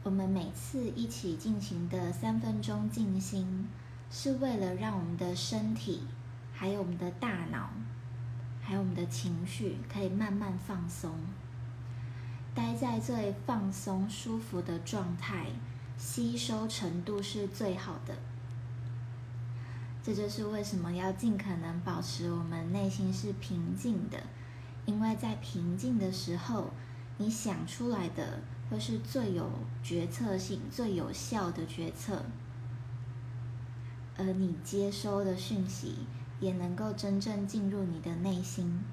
我们每次一起进行的3分钟静心，是为了让我们的身体，还有我们的大脑，还有我们的情绪可以慢慢放松，待在最放松舒服的状态，吸收程度是最好的。这就是为什么要尽可能保持我们内心是平静的，因为在平静的时候，你想出来的会是最有决策性、最有效的决策，而你接收的讯息也能够真正进入你的内心。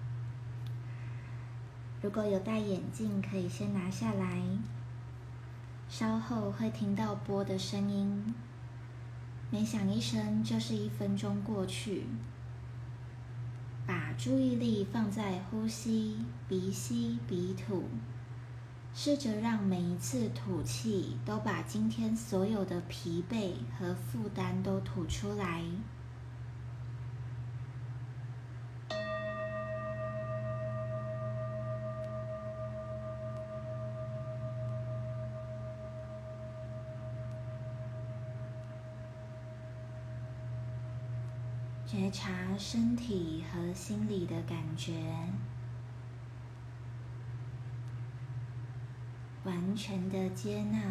如果有戴眼镜，可以先拿下来，稍后会听到波的声音，每响一声就是1分钟过去。把注意力放在呼吸，鼻吸鼻吐，试着让每一次吐气都把今天所有的疲惫和负担都吐出来。觉察身体和心理的感觉，完全的接纳。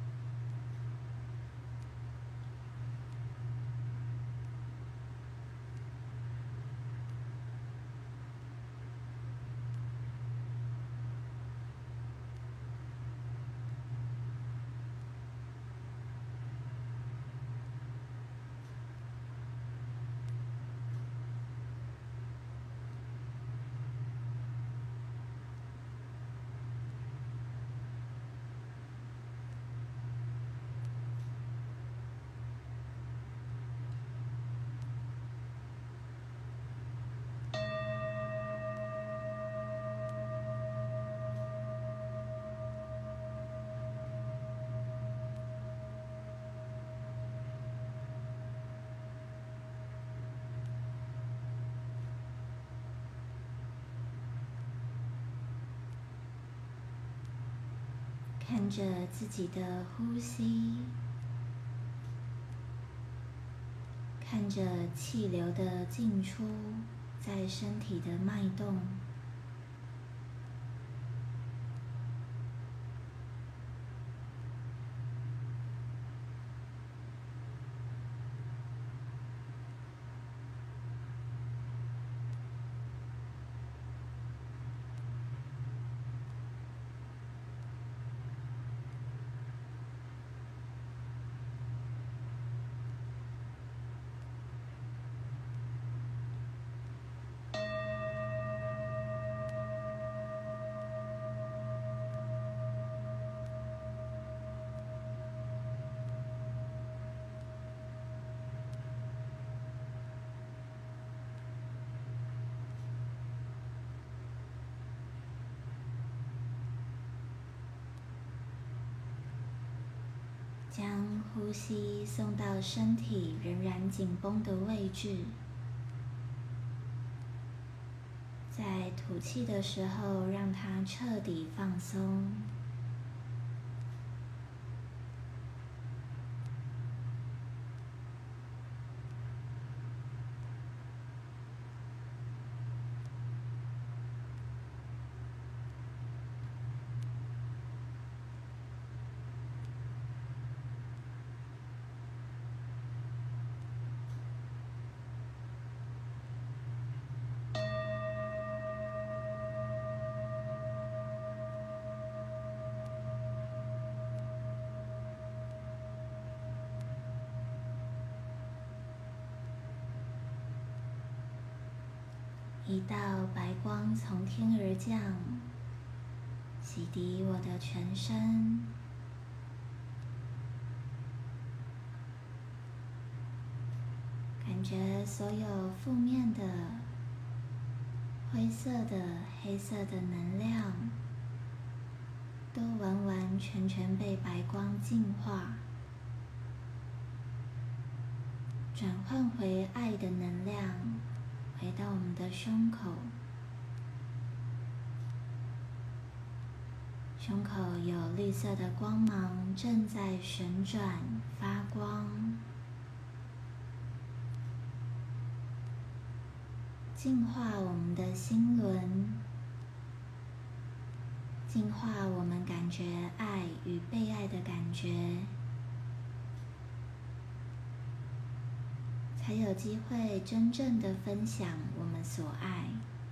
看着自己的呼吸，看着气流的进出，在身体的脉动。将呼吸送到身体仍然紧绷的位置，在吐气的时候，让它彻底放松。一道白光从天而降，洗涤我的全身，感觉所有负面的、灰色的、黑色的能量，都完完全全被白光净化，转换回爱的能量，回到我们的胸口， 胸口有绿色的光芒正在旋转发光，净化我们的心轮，净化我们感觉爱与被爱的感觉，才有机会真正的分享我们所爱。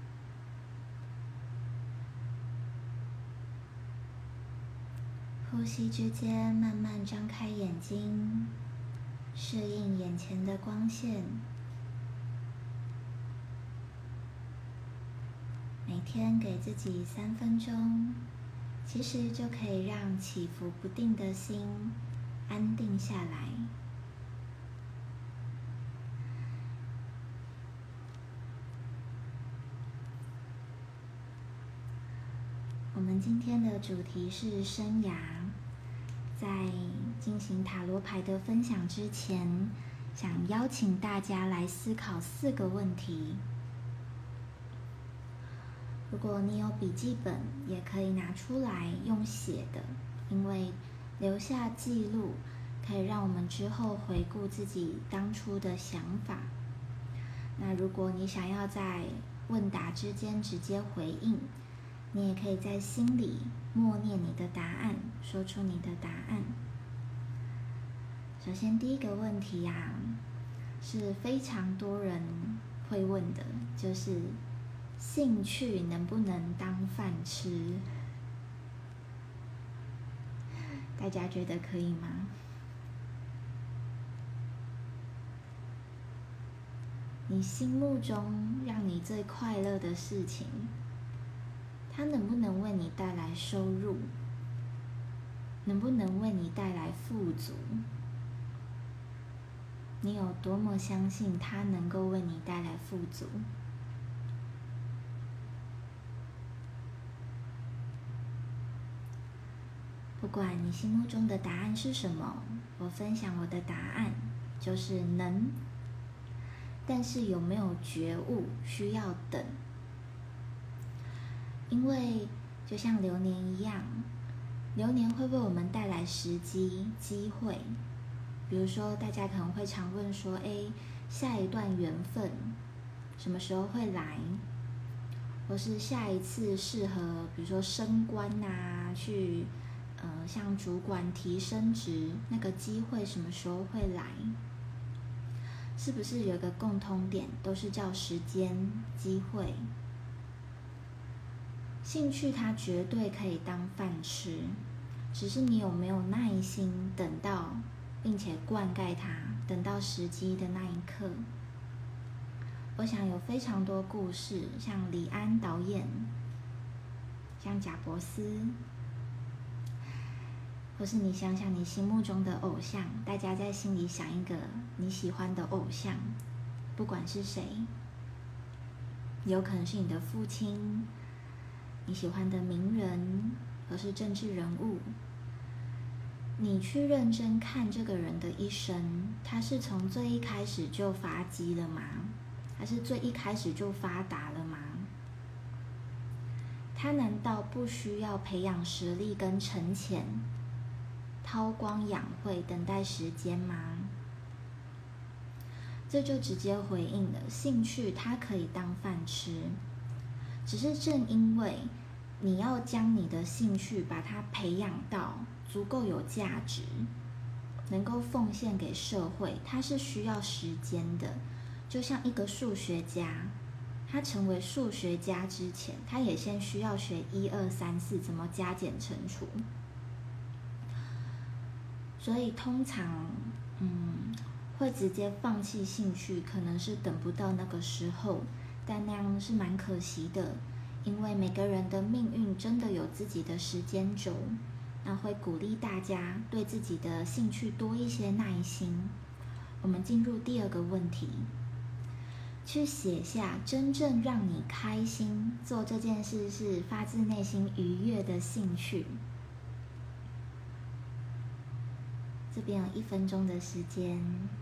呼吸之间，慢慢张开眼睛，适应眼前的光线。每天给自己3分钟，其实就可以让起伏不定的心安定下来。我们今天的主题是生涯。在进行塔罗牌的分享之前，想邀请大家来思考4个问题。如果你有笔记本，也可以拿出来用写的，因为留下记录可以让我们之后回顾自己当初的想法。那如果你想要在问答之间直接回应，你也可以在心里默念你的答案，说出你的答案。首先第一个问题呀，是非常多人会问的，就是兴趣能不能当饭吃？大家觉得可以吗？你心目中让你最快乐的事情，它能不能为你带来收入？能不能为你带来富足？你有多么相信它能够为你带来富足？不管你心目中的答案是什么，我分享我的答案，就是能。但是有没有觉悟，需要等。因为就像流年一样，流年会为我们带来时机、机会。比如说，大家可能会常问说，下一段缘分什么时候会来？或是下一次适合，比如说升官啊，去向主管提升职，那个机会什么时候会来？是不是有一个共通点，都是叫时间、机会？兴趣它绝对可以当饭吃，只是你有没有耐心等到，并且灌溉它，等到时机的那一刻。我想有非常多故事，像李安导演，像贾伯斯，或是你想想你心目中的偶像，大家在心里想一个你喜欢的偶像，不管是谁，有可能是你的父亲，你喜欢的名人，或是政治人物。你去认真看这个人的一生，他是从最一开始就发迹了吗？还是最一开始就发达了吗？他难道不需要培养实力跟沉潜，韬光养晦，等待时间吗？这就直接回应了，兴趣它可以当饭吃，只是正因为你要将你的兴趣把它培养到足够有价值，能够奉献给社会，它是需要时间的。就像一个数学家，他成为数学家之前，他也先需要学1、2、3、4怎么加减乘除。所以通常，会直接放弃兴趣，可能是等不到那个时候，但那样是蛮可惜的，因为每个人的命运真的有自己的时间轴。那会鼓励大家对自己的兴趣多一些耐心。我们进入第2个问题，去写下真正让你开心做这件事是发自内心愉悦的兴趣。这边有1分钟的时间，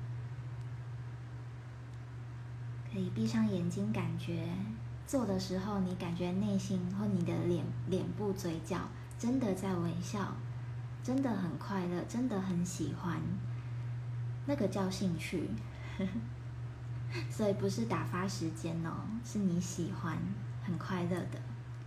可以闭上眼睛，感觉做的时候你感觉内心或你的脸部嘴角真的在微笑，真的很快乐，真的很喜欢，那个叫兴趣。所以不是打发时间哦，是你喜欢，很快乐的。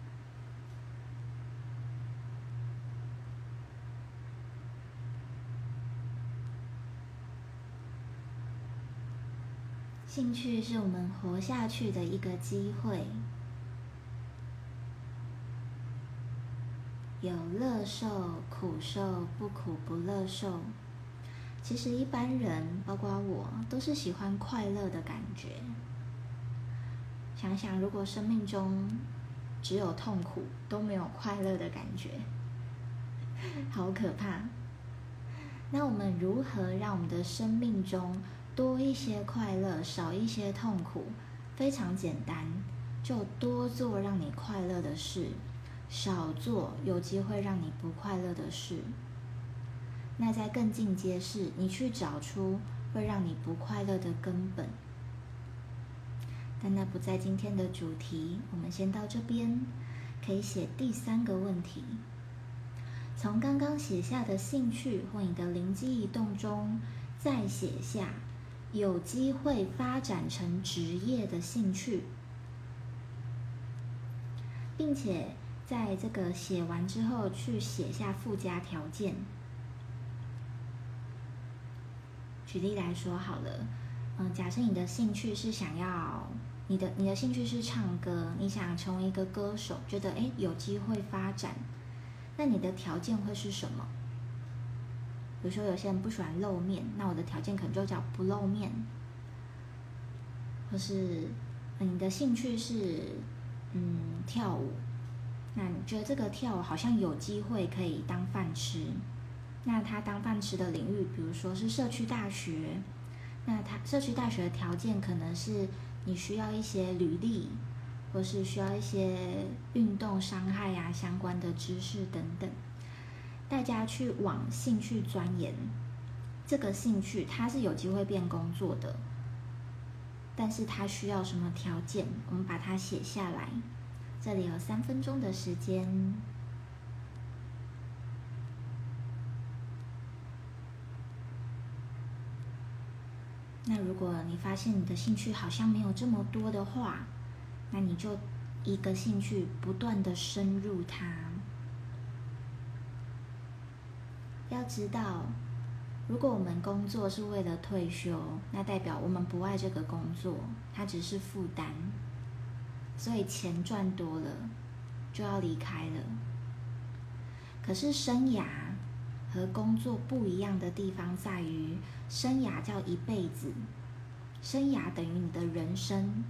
兴趣是我们活下去的一个机会，有乐受、苦受、不苦不乐受。其实一般人，包括我，都是喜欢快乐的感觉。想想，如果生命中只有痛苦，都没有快乐的感觉，好可怕。那我们如何让我们的生命中多一些快乐，少一些痛苦？非常简单，就多做让你快乐的事，少做有机会让你不快乐的事。那在更进阶是，你去找出会让你不快乐的根本。但那不在今天的主题，我们先到这边，可以写第3个问题。从刚刚写下的兴趣或你的灵机一动中，再写下有机会发展成职业的兴趣，并且在这个写完之后去写下附加条件。举例来说好了，假设你的兴趣是想要你的兴趣是唱歌，你想成为一个歌手，觉得有机会发展，那你的条件会是什么？比如说有些人不喜欢露面，那我的条件可能就叫不露面。或是你的兴趣是跳舞，那你觉得这个跳舞好像有机会可以当饭吃，那它当饭吃的领域，比如说是社区大学，那它社区大学的条件可能是你需要一些履历，或是需要一些运动伤害啊相关的知识等等。大家去往兴趣钻研，这个兴趣它是有机会变工作的，但是它需要什么条件？我们把它写下来。这里有3分钟的时间。那如果你发现你的兴趣好像没有这么多的话，那你就一个兴趣不断的深入它。要知道，如果我们工作是为了退休，那代表我们不爱这个工作，它只是负担，所以钱赚多了就要离开了。可是生涯和工作不一样的地方在于，生涯叫一辈子，生涯等于你的人生，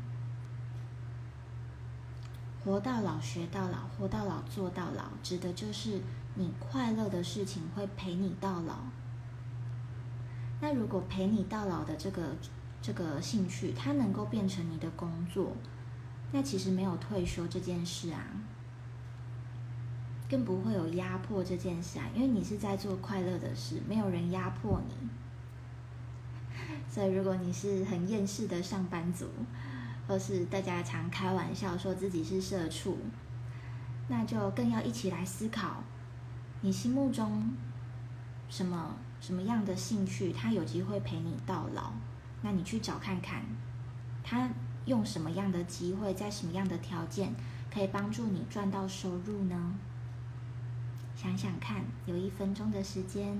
活到老学到老，活到老做到老，指的就是你快乐的事情会陪你到老。那如果陪你到老的这个兴趣，它能够变成你的工作，那其实没有退休这件事啊，更不会有压迫这件事啊，因为你是在做快乐的事，没有人压迫你。所以如果你是很厌世的上班族，或是大家常开玩笑说自己是社畜，那就更要一起来思考，你心目中什么样的兴趣，它有机会陪你到老，那你去找看看，它用什么样的机会，在什么样的条件，可以帮助你赚到收入呢？想想看，有1分钟的时间。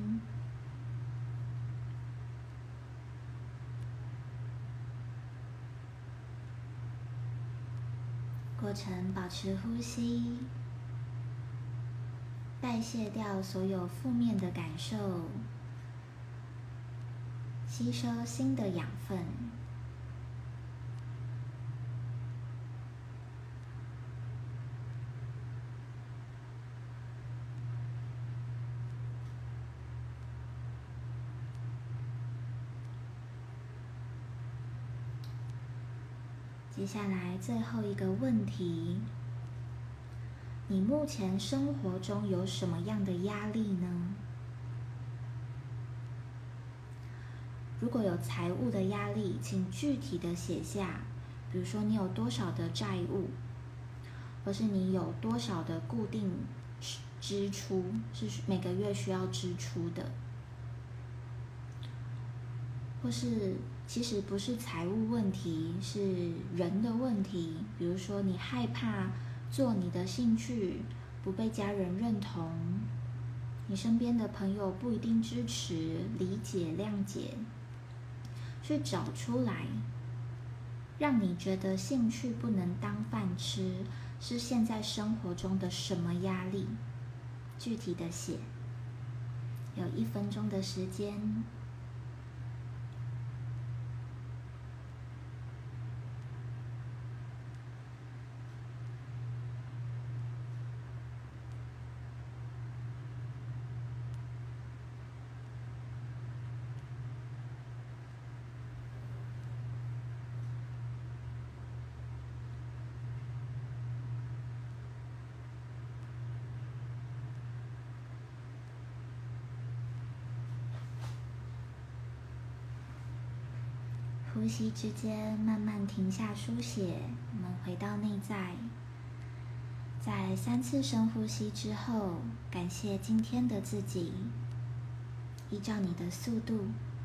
过程保持呼吸，代谢掉所有负面的感受，吸收新的养分。接下来最后一个问题，你目前生活中有什么样的压力呢？如果有财务的压力，请具体的写下，比如说你有多少的债务，或是你有多少的固定支出，是每个月需要支出的，或是其实不是财务问题，是人的问题。比如说你害怕做你的兴趣不被家人认同，你身边的朋友不一定支持、理解、谅解，去找出来让你觉得兴趣不能当饭吃，是现在生活中的什么压力，具体的写。有1分钟的时间。呼吸之间慢慢停下书写，我们回到内在。在3次深呼吸之后，感谢今天的自己，依照你的速度。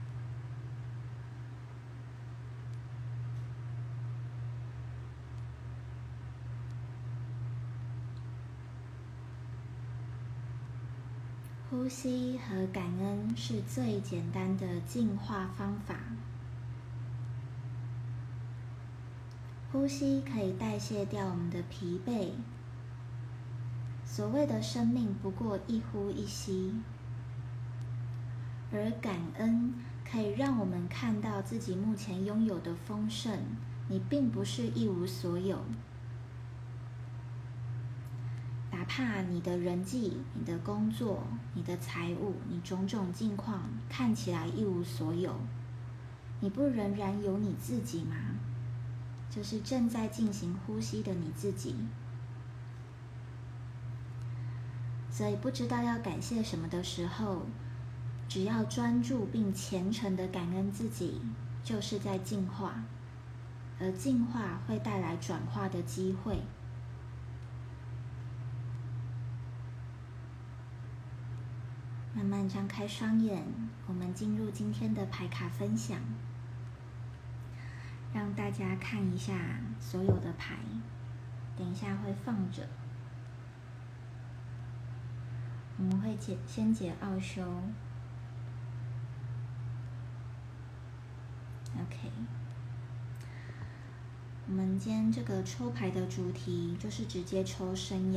呼吸和感恩是最简单的净化方法。呼吸可以代谢掉我们的疲惫。所谓的生命不过一呼一吸，而感恩可以让我们看到自己目前拥有的丰盛，你并不是一无所有。哪怕你的人际、你的工作、你的财务、你种种境况看起来一无所有，你不仍然有你自己吗？就是正在进行呼吸的你自己。所以不知道要感谢什么的时候，只要专注并虔诚地感恩自己，就是在进化，而进化会带来转化的机会。慢慢张开双眼，我们进入今天的牌卡分享，让大家看一下所有的牌，等一下会放着。我们会先解奥修 ，OK。我们今天这个抽牌的主题就是直接抽生涯。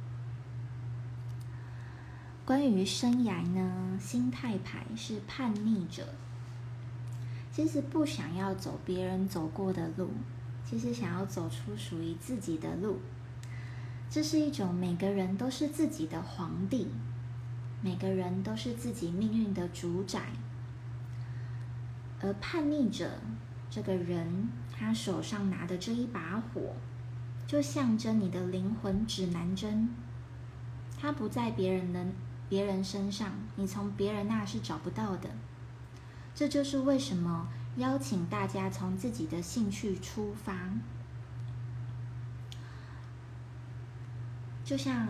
关于生涯呢，心态牌是叛逆者，其实不想要走别人走过的路，其实想要走出属于自己的路。这是一种每个人都是自己的皇帝，每个人都是自己命运的主宰。而叛逆者这个人，他手上拿的这一把火，就象征你的灵魂指南针，它不在别人身上，你从别人那是找不到的。这就是为什么邀请大家从自己的兴趣出发。就像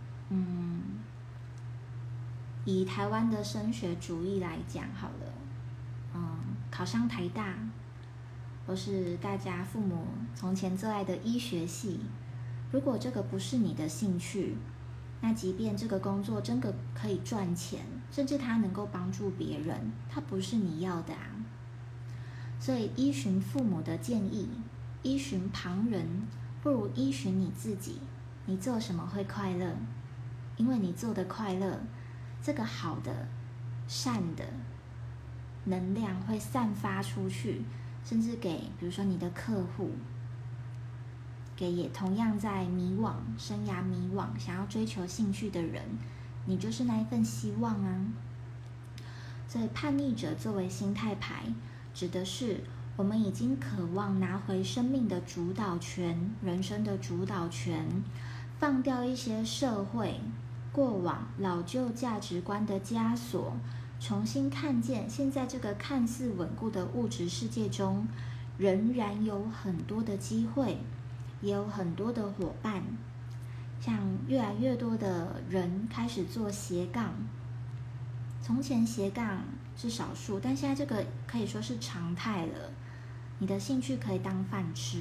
以台湾的升学主义来讲好了，考上台大，或是大家父母从前最爱的医学系，如果这个不是你的兴趣，那即便这个工作真的可以赚钱，甚至它能够帮助别人，它不是你要的啊。所以依循父母的建议，依循旁人，不如依循你自己。你做什么会快乐？因为你做的快乐，这个好的、善的能量会散发出去，甚至给比如说你的客户，给也同样在迷惘、生涯迷惘、想要追求兴趣的人，你就是那一份希望啊。所以叛逆者作为心态牌，指的是我们已经渴望拿回生命的主导权、人生的主导权，放掉一些社会过往老旧价值观的枷锁，重新看见现在这个看似稳固的物质世界中，仍然有很多的机会，也有很多的伙伴， 像越来越多的人开始做斜杠，从前斜杠是少数，但现在这个可以说是常态了。你的兴趣可以当饭吃。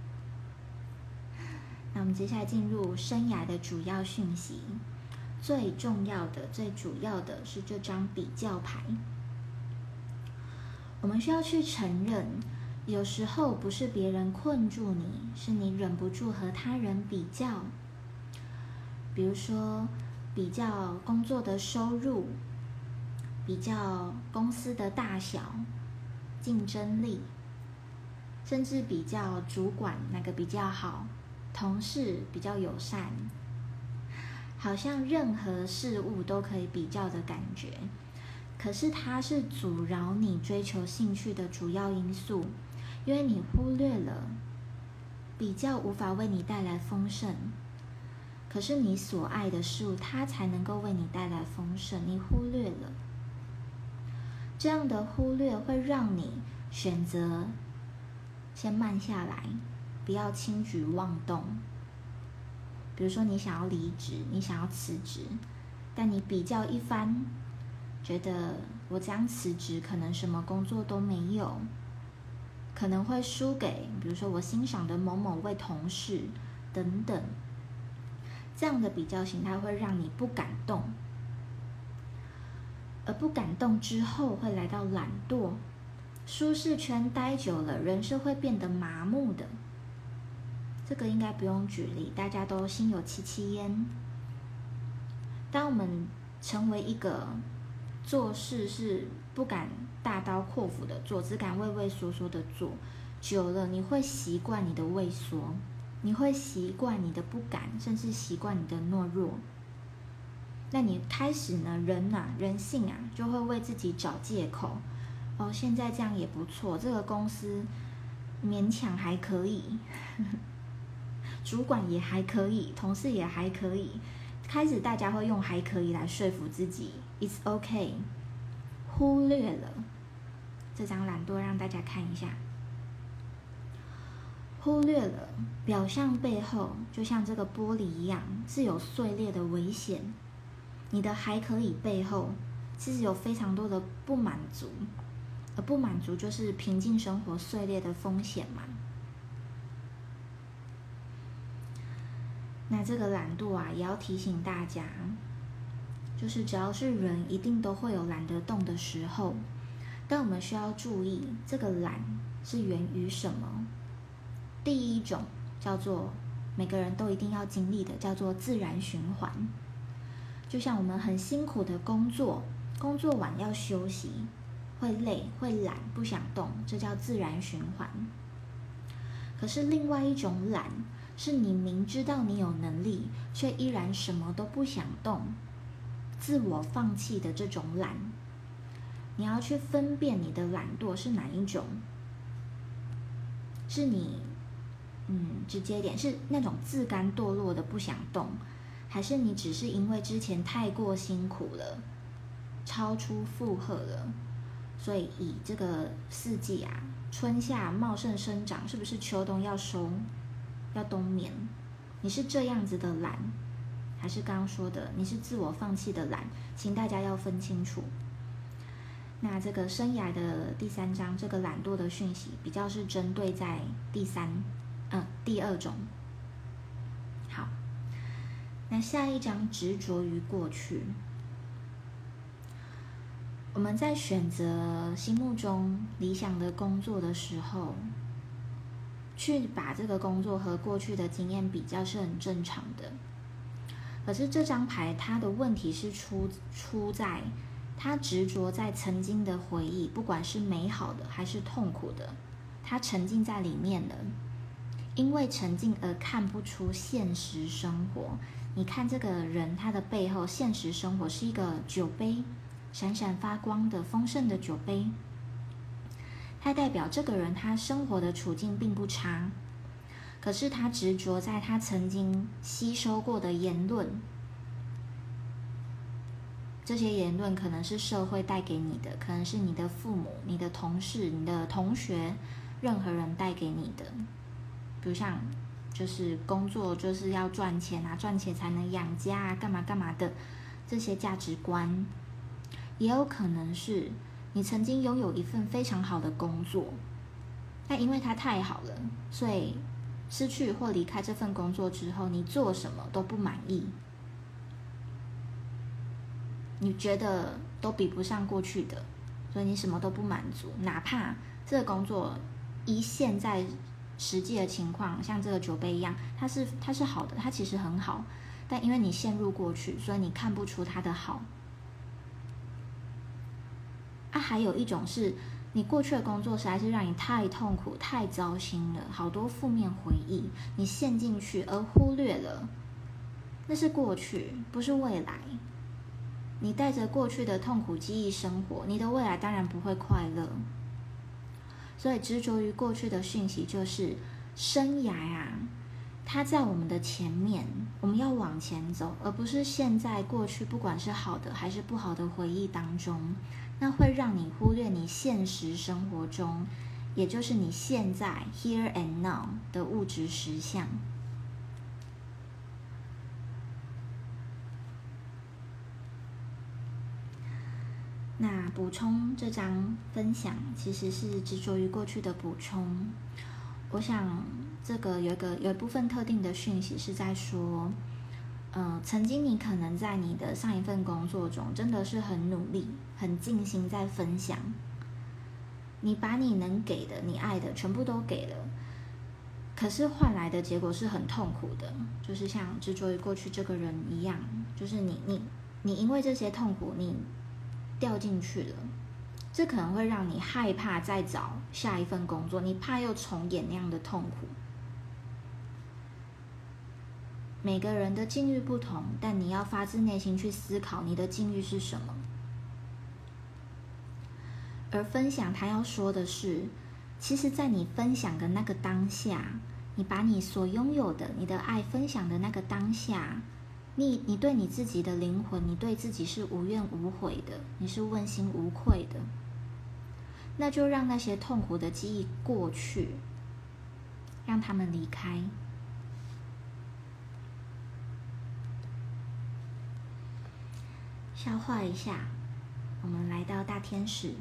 那我们接下来进入生涯的主要讯息，最重要的、最主要的是这张比较牌。我们需要去承认，有时候不是别人困住你，是你忍不住和他人比较。比如说，比较工作的收入，比较公司的大小、竞争力，甚至比较主管哪个比较好，同事比较友善，好像任何事物都可以比较的感觉。可是它是阻挠你追求兴趣的主要因素，因为你忽略了比较无法为你带来丰盛，可是你所爱的事物，它才能够为你带来丰盛，你忽略了。这样的忽略会让你选择先慢下来，不要轻举妄动。比如说你想要离职，你想要辞职，但你比较一番，觉得我这样辞职可能什么工作都没有，可能会输给比如说我欣赏的某某位同事等等。这样的比较形态会让你不敢动，而不敢动之后会来到懒惰。舒适圈待久了，人是会变得麻木的。这个应该不用举例，大家都心有戚戚焉。当我们成为一个做事是不敢大刀阔斧的做，只敢畏畏缩缩的做，久了你会习惯你的畏缩，你会习惯你的不敢，甚至习惯你的懦弱。那你开始呢，人性啊，就会为自己找借口。哦，现在这样也不错，这个公司勉强还可以，主管也还可以，同事也还可以。开始大家会用还可以来说服自己 ，It's okay， 忽略了这张懒惰，让大家看一下。忽略了表象背后，就像这个玻璃一样，是有碎裂的危险。你的还可以背后，其实有非常多的不满足，而不满足就是平静生活碎裂的风险嘛。那这个懒惰啊，也要提醒大家，就是只要是人，一定都会有懒得动的时候，但我们需要注意，这个懒是源于什么？第一种叫做每个人都一定要经历的，叫做自然循环。就像我们很辛苦的工作，工作完要休息，会累、会懒、不想动，这叫自然循环。可是另外一种懒，是你明知道你有能力，却依然什么都不想动，自我放弃的这种懒。你要去分辨你的懒惰是哪一种，是你直接一点，是那种自甘堕落的不想动，还是你只是因为之前太过辛苦了，超出负荷了，所以以这个四季啊，春夏茂盛生长，是不是秋冬要收，要冬眠？你是这样子的懒，还是刚刚说的你是自我放弃的懒？请大家要分清楚。那这个生涯的第3章，这个懒惰的讯息比较是针对在第二种。好，那下一章执着于过去。我们在选择心目中理想的工作的时候，去把这个工作和过去的经验比较是很正常的。可是这张牌它的问题是出在他执着在曾经的回忆，不管是美好的还是痛苦的，他沉浸在里面了。因为沉浸而看不出现实生活。你看这个人，他的背后现实生活是一个酒杯，闪闪发光的丰盛的酒杯。它代表这个人他生活的处境并不差，可是他执着在他曾经吸收过的言论。这些言论可能是社会带给你的，可能是你的父母、你的同事、你的同学，任何人带给你的。比如像就是工作就是要赚钱啊，赚钱才能养家啊，干嘛干嘛的这些价值观，也有可能是你曾经拥有一份非常好的工作，但因为它太好了，所以失去或离开这份工作之后，你做什么都不满意，你觉得都比不上过去的，所以你什么都不满足，哪怕这个工作依现在实际的情况，像这个酒杯一样，它是好的，它其实很好，但因为你陷入过去，所以你看不出它的好。还有一种是你过去的工作实在是让你太痛苦、太糟心了，好多负面回忆，你陷进去而忽略了，那是过去，不是未来。你带着过去的痛苦记忆生活，你的未来当然不会快乐。所以执着于过去的讯息就是生涯啊，它在我们的前面，我们要往前走，而不是陷在过去不管是好的还是不好的回忆当中，那会让你忽略你现实生活中，也就是你现在 here and now 的物质实相。那补充这张分享其实是执着于过去的补充。我想这个有一部分特定的讯息是在说，曾经你可能在你的上一份工作中真的是很努力、很尽心在分享，你把你能给的、你爱的全部都给了，可是换来的结果是很痛苦的，就是像执着于过去这个人一样，就是你因为这些痛苦你掉进去了，这可能会让你害怕再找下一份工作，你怕又重演那样的痛苦。每个人的境遇不同，但你要发自内心去思考你的境遇是什么。而分享他要说的是，其实在你分享的那个当下，你把你所拥有的你的爱分享的那个当下，你对你自己的灵魂，你对自己是无怨无悔的，你是问心无愧的，那就让那些痛苦的记忆过去，让他们离开。消化一下，我们来到大天使。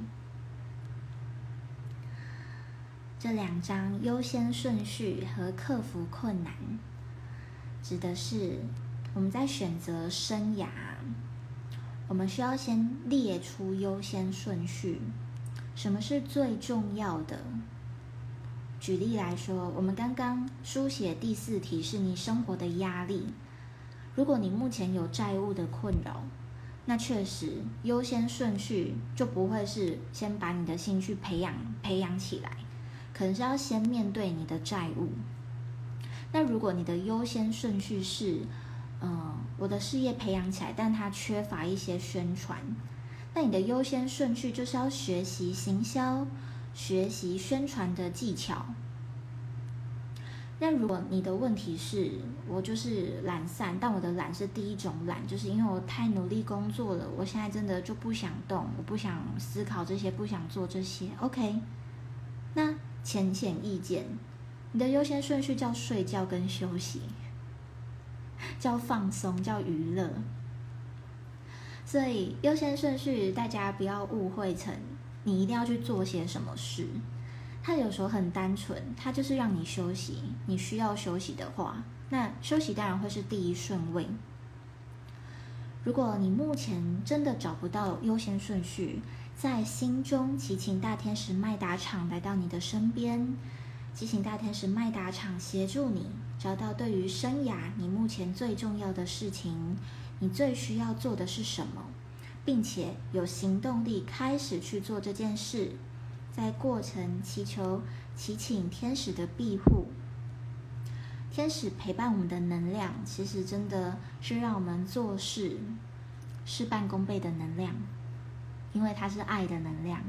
这2张优先顺序和克服困难，指的是我们在选择生涯，我们需要先列出优先顺序，什么是最重要的。举例来说，我们刚刚书写第4题是你生活的压力，如果你目前有债务的困扰，那确实优先顺序就不会是先把你的兴趣培养起来，可能是要先面对你的债务。那如果你的优先顺序是我的事业培养起来，但它缺乏一些宣传，那你的优先顺序就是要学习行销，学习宣传的技巧。那如果你的问题是我就是懒散，但我的懒是第一种懒，就是因为我太努力工作了，我现在真的就不想动，我不想思考这些，不想做这些。 OK， 那浅显易见，你的优先顺序叫睡觉跟休息，叫放松，叫娱乐。所以优先顺序大家不要误会成你一定要去做些什么事，它有时候很单纯，它就是让你休息，你需要休息的话，那休息当然会是第一顺位。如果你目前真的找不到优先顺序，在心中祈请大天使麦达场来到你的身边，祈请大天使麦达场协助你找到对于生涯你目前最重要的事情，你最需要做的是什么，并且有行动力开始去做这件事。在过程祈请天使的庇护，天使陪伴我们的能量，其实真的是让我们做事事半功倍的能量，因为它是爱的能量。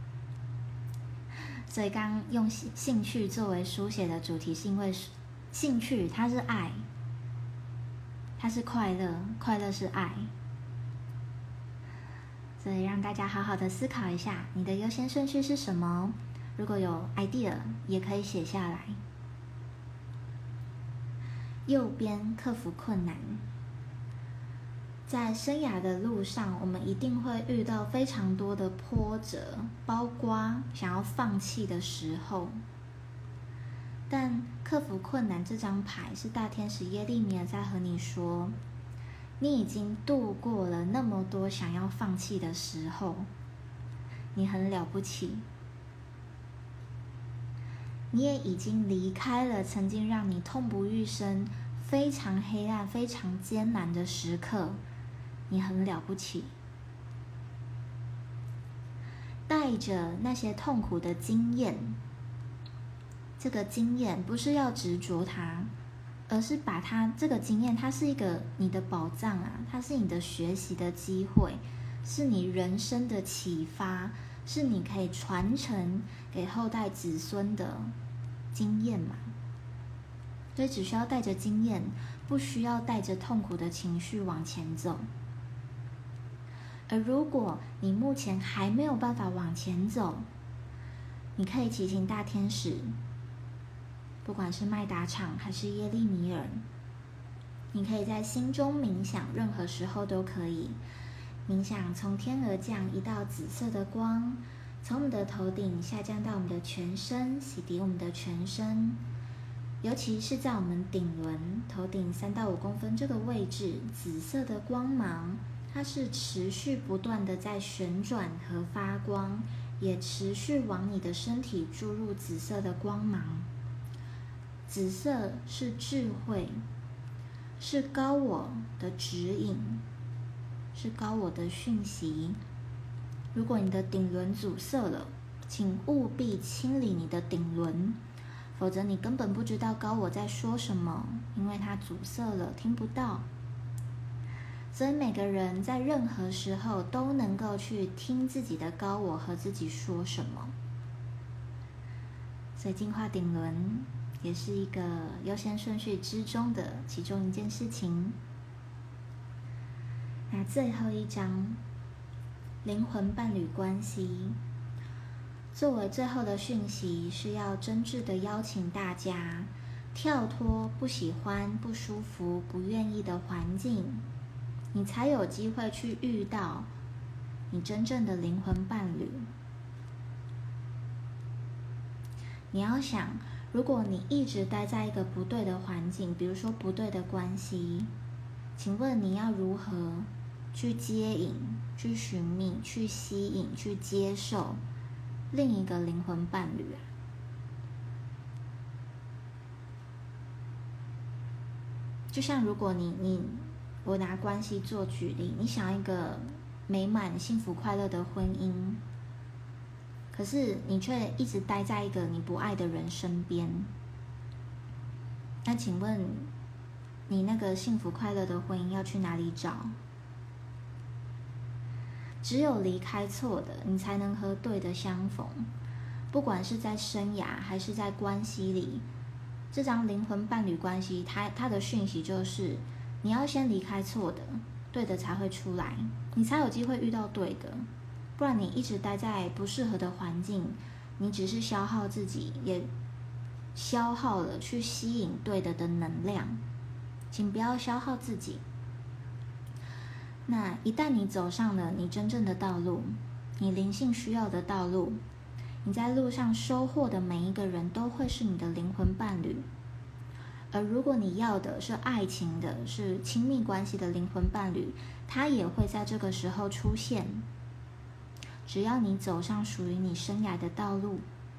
所以刚用兴趣作为书写的主题，是因为兴趣它是爱，它是快乐，快乐是爱。所以让大家好好的思考一下，你的优先顺序是什么？如果有 idea， 也可以写下来。 右边克服困难。在生涯的路上，我们一定会遇到非常多的波折，包括想要放弃的时候。但克服困难这张牌是大天使耶利米尔在和你说，你已经度过了那么多想要放弃的时候，你很了不起。你也已经离开了曾经让你痛不欲生、非常黑暗、非常艰难的时刻，你很了不起。带着那些痛苦的经验，这个经验不是要执着它，而是把它这个经验，它是一个你的宝藏啊，它是你的学习的机会，是你人生的启发，是你可以传承给后代子孙的经验嘛。所以只需要带着经验，不需要带着痛苦的情绪往前走。而如果你目前还没有办法往前走，你可以祈请大天使，不管是麦达场还是耶利米尔，你可以在心中冥想，任何时候都可以冥想，从天而降一道紫色的光，从我们的头顶下降到我们的全身，洗涤我们的全身，尤其是在我们顶轮头顶3到5公分这个位置，紫色的光芒，它是持续不断的在旋转和发光，也持续往你的身体注入紫色的光芒。紫色是智慧，是高我的指引，是高我的讯息。如果你的顶轮阻塞了，请务必清理你的顶轮，否则你根本不知道高我在说什么，因为它阻塞了，听不到。所以每个人在任何时候都能够去听自己的高我和自己说什么。所以净化顶轮也是一个优先顺序之中的其中一件事情。那最后一章，灵魂伴侣关系，作为最后的讯息，是要真挚的邀请大家跳脱不喜欢、不舒服、不愿意的环境，你才有机会去遇到你真正的灵魂伴侣。你要想，如果你一直待在一个不对的环境，比如说不对的关系，请问你要如何去接引、去寻觅、去吸引、去接受另一个灵魂伴侣啊？就像如果我拿关系做举例，你想一个美满、幸福、快乐的婚姻，可是你却一直待在一个你不爱的人身边，那请问你那个幸福快乐的婚姻要去哪里找？只有离开错的，你才能和对的相逢。不管是在生涯还是在关系里，这张灵魂伴侣关系，它的讯息就是你要先离开错的，对的才会出来，你才有机会遇到对的。不然你一直待在不适合的环境，你只是消耗自己，也消耗了去吸引对的能量。请不要消耗自己。那一旦你走上了你真正的道路，你灵性需要的道路，你在路上收获的每一个人都会是你的灵魂伴侣。而如果你要的是爱情的，是亲密关系的灵魂伴侣，他也会在这个时候出现。只要你走上属于你生涯的道路。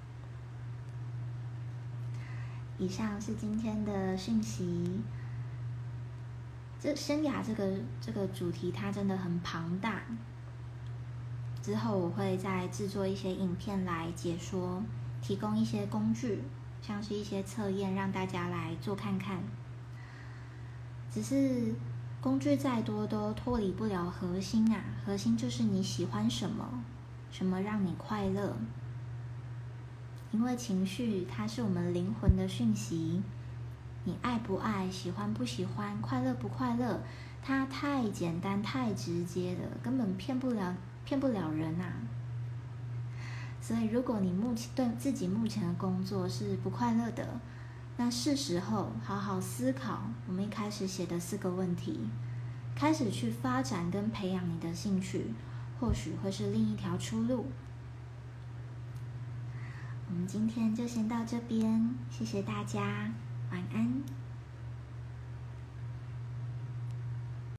以上是今天的讯息。这生涯这个主题它真的很庞大，之后我会再制作一些影片来解说，提供一些工具，像是一些测验让大家来做看看。只是工具再多都脱离不了核心啊，核心就是你喜欢什么，什么让你快乐。因为情绪它是我们灵魂的讯息，你爱不爱，喜欢不喜欢，快乐不快乐，它太简单太直接了，根本骗不了人啊。所以如果你对自己目前的工作是不快乐的， 那是时候好好思考我们一开始写的4个问题，开始去发展跟培养你的兴趣，或许会是另一条出路。我们今天就先到这边，谢谢大家，晚安。